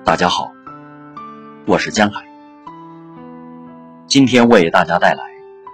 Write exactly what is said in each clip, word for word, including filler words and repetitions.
大家好，我是江海，今天为大家带来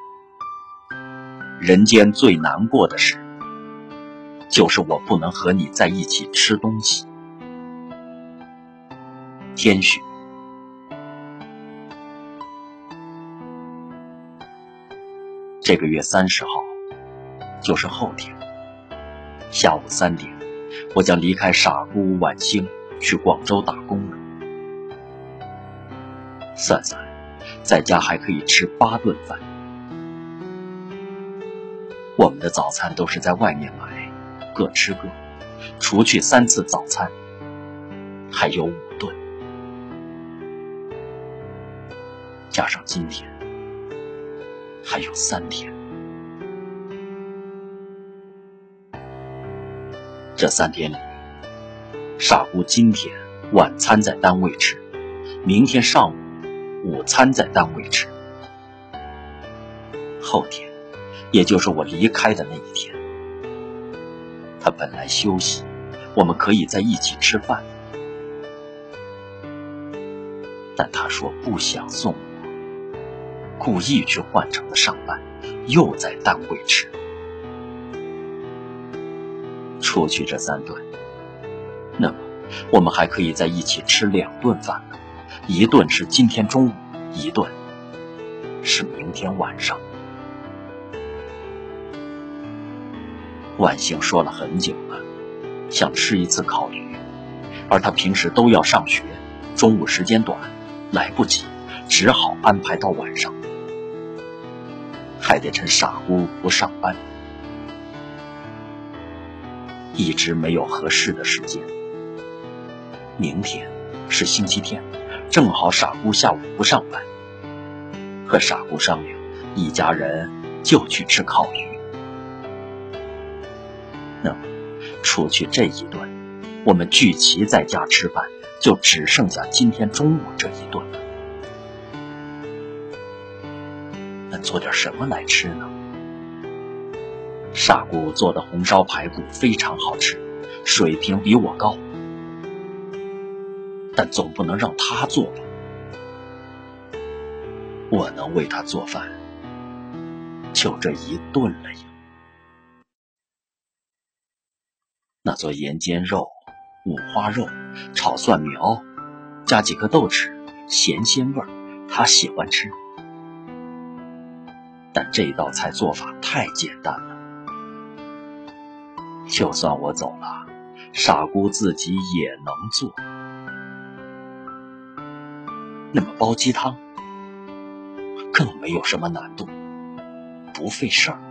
人间最难过的事，就是我不能和你在一起吃东西。天许，这个月三十号，就是后天，下午三点，我将离开傻姑晚星，去广州打工了。算算，在家还可以吃八顿饭。我们的早餐都是在外面买，各吃各，除去三次早餐，还有五顿，加上今天，还有三天。这三天里，傻姑今天晚餐在单位吃，明天上午午餐在单位吃，后天，也就是我离开的那一天，他本来休息，我们可以在一起吃饭，但他说不想送我，故意去换成了上班，又在单位吃。除去这三顿，那么我们还可以在一起吃两顿饭了，一顿是今天中午，一顿是明天晚上。万星说了很久了，想吃一次烤鱼，而他平时都要上学，中午时间短，来不及，只好安排到晚上，还得趁傻姑不上班，一直没有合适的时间。明天是星期天，正好傻姑下午不上班，和傻姑商量，一家人就去吃烤鱼。那么除去这一顿，我们聚齐在家吃饭，就只剩下今天中午这一顿了。那做点什么来吃呢？傻姑做的红烧排骨非常好吃，水平比我高，但总不能让她做吧。我能为她做饭，就这一顿了呀。那做盐煎肉、五花肉、炒蒜苗，加几颗豆豉，咸鲜味儿，她喜欢吃。但这道菜做法太简单了，就算我走了，傻姑自己也能做。那么煲鸡汤更没有什么难度，不费事儿。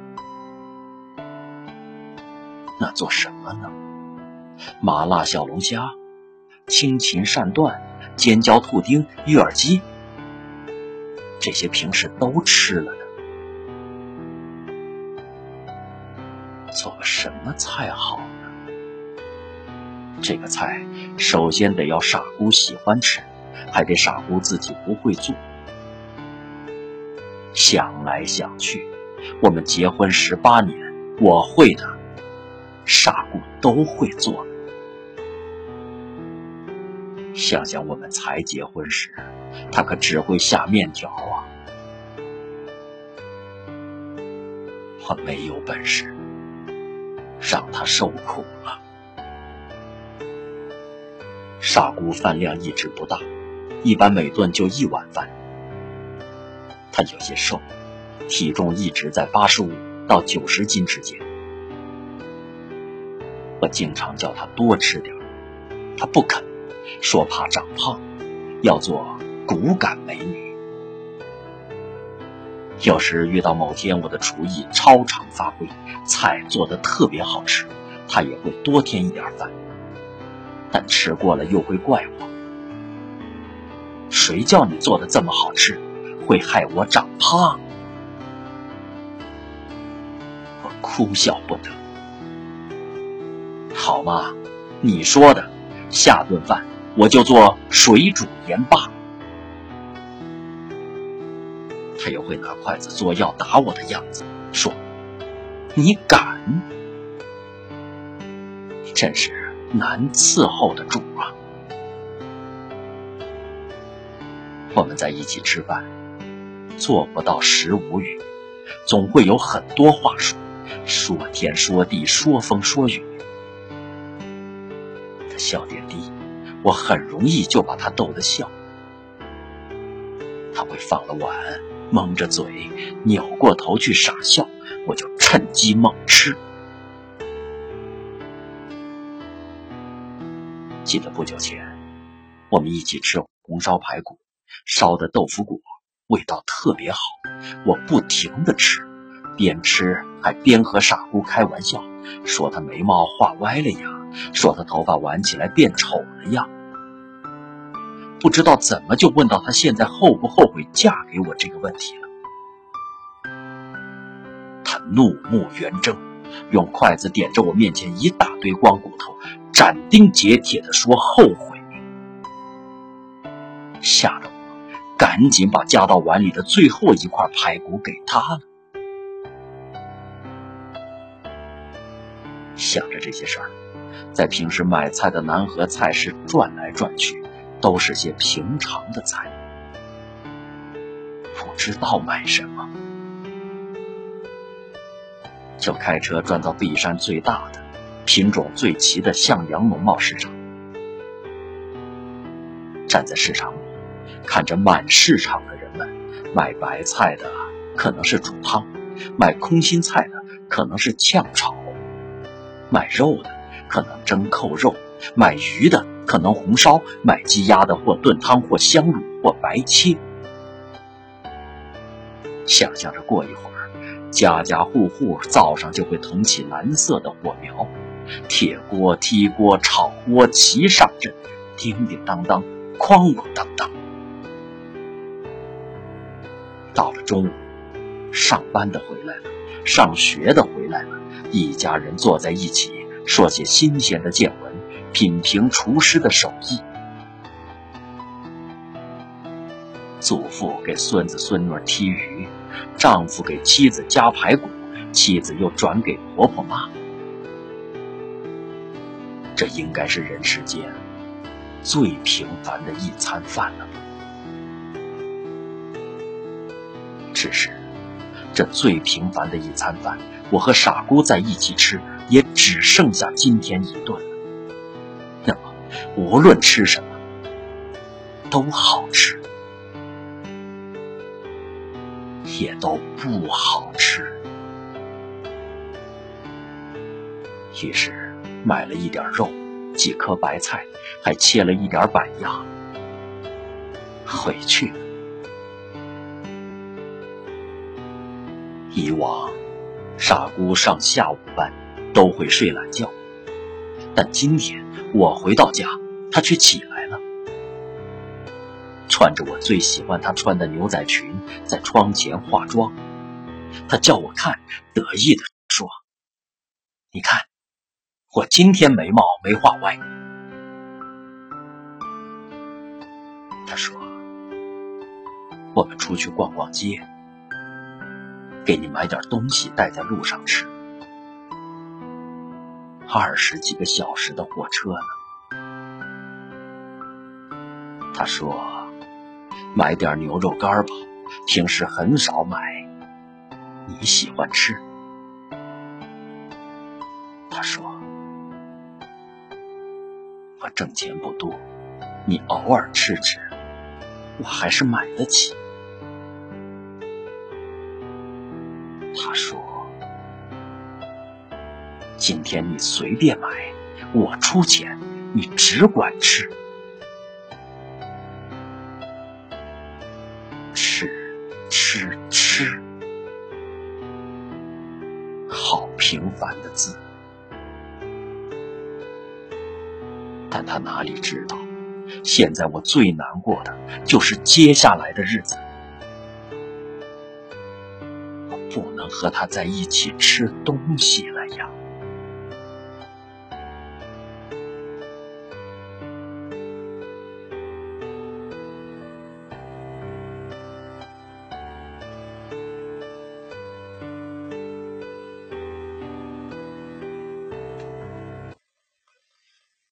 那做什么呢？麻辣小龙虾、青芹鳝段、尖椒兔丁、玉耳鸡，这些平时都吃了的。做个什么菜好呢？这个菜首先得要傻姑喜欢吃，还得傻姑自己不会做。想来想去，我们结婚十八年，我会的，傻姑都会做。想想我们才结婚时，她可只会下面条啊。我没有本事，让她受苦了。傻姑饭量一直不大，一般每顿就一碗饭。她有些瘦，体重一直在八十五到九十斤之间。我经常叫她多吃点，她不肯，说怕长胖，要做骨感美女。有时遇到某天我的厨艺超常发挥，菜做得特别好吃，她也会多添一点饭，但吃过了又会怪我，谁叫你做的这么好吃，会害我长胖。我哭笑不得。好嘛，你说的，下顿饭我就做水煮盐巴。他又会拿筷子作要打我的样子，说你敢？真是难伺候的主啊！ 我们在一起吃饭，做不到十五语，总会有很多话说，说天说地，说风说雨。他笑点低，我很容易就把他逗得笑。他会放了碗，蒙着嘴，扭过头去傻笑，我就趁机猛吃。记得不久前，我们一起吃红烧排骨，烧的豆腐果味道特别好，我不停地吃，边吃还边和傻姑开玩笑，说他眉毛画歪了呀，说他头发挽起来变丑了呀。不知道怎么就问到他现在后不后悔嫁给我这个问题了。他怒目圆睁，用筷子点着我面前一大堆光骨头，斩钉截铁地说后悔，吓得我赶紧把夹到碗里的最后一块排骨给他了。想着这些事儿，在平时买菜的南河菜市转来转去，都是些平常的菜，不知道买什么，就开车转到璧山最大的、品种最齐的向阳农贸市场。站在市场里，看着满市场的人们，卖白菜的可能是煮汤，卖空心菜的可能是炝炒，卖肉的可能蒸扣肉，卖鱼的可能红烧，卖鸡鸭的或炖汤或香卤或白切。想象着过一会儿，家家户户灶上就会腾起蓝色的火苗，铁锅、踢锅、炒锅齐上阵，叮叮当当，哐哐当当。到了中午，上班的回来了，上学的回来了，一家人坐在一起，说些新鲜的见闻，品评厨师的手艺。祖父给孙子孙女剔鱼，丈夫给妻子夹排骨，妻子又转给婆婆妈。这应该是人世间最平凡的一餐饭了吧。只是这最平凡的一餐饭，我和傻姑在一起吃，也只剩下今天一顿了。那么无论吃什么都好吃，也都不好吃。于是买了一点肉，几颗白菜，还切了一点板鸭，回去了。以往傻姑上下午班都会睡懒觉，但今天我回到家，她却起来了，穿着我最喜欢她穿的牛仔裙，在窗前化妆。她叫我看，得意地说：“你看，我今天眉毛没画歪。”她说：“我们出去逛逛街，给你买点东西带在路上吃。二十几个小时的火车呢。”他说：“买点牛肉干吧，平时很少买，你喜欢吃。”他说：“我挣钱不多，你偶尔吃吃，我还是买得起。”他说：“今天你随便买，我出钱，你只管吃。”吃吃吃，好平凡的字。但他哪里知道，现在我最难过的就是接下来的日子。不能和他在一起吃东西了呀。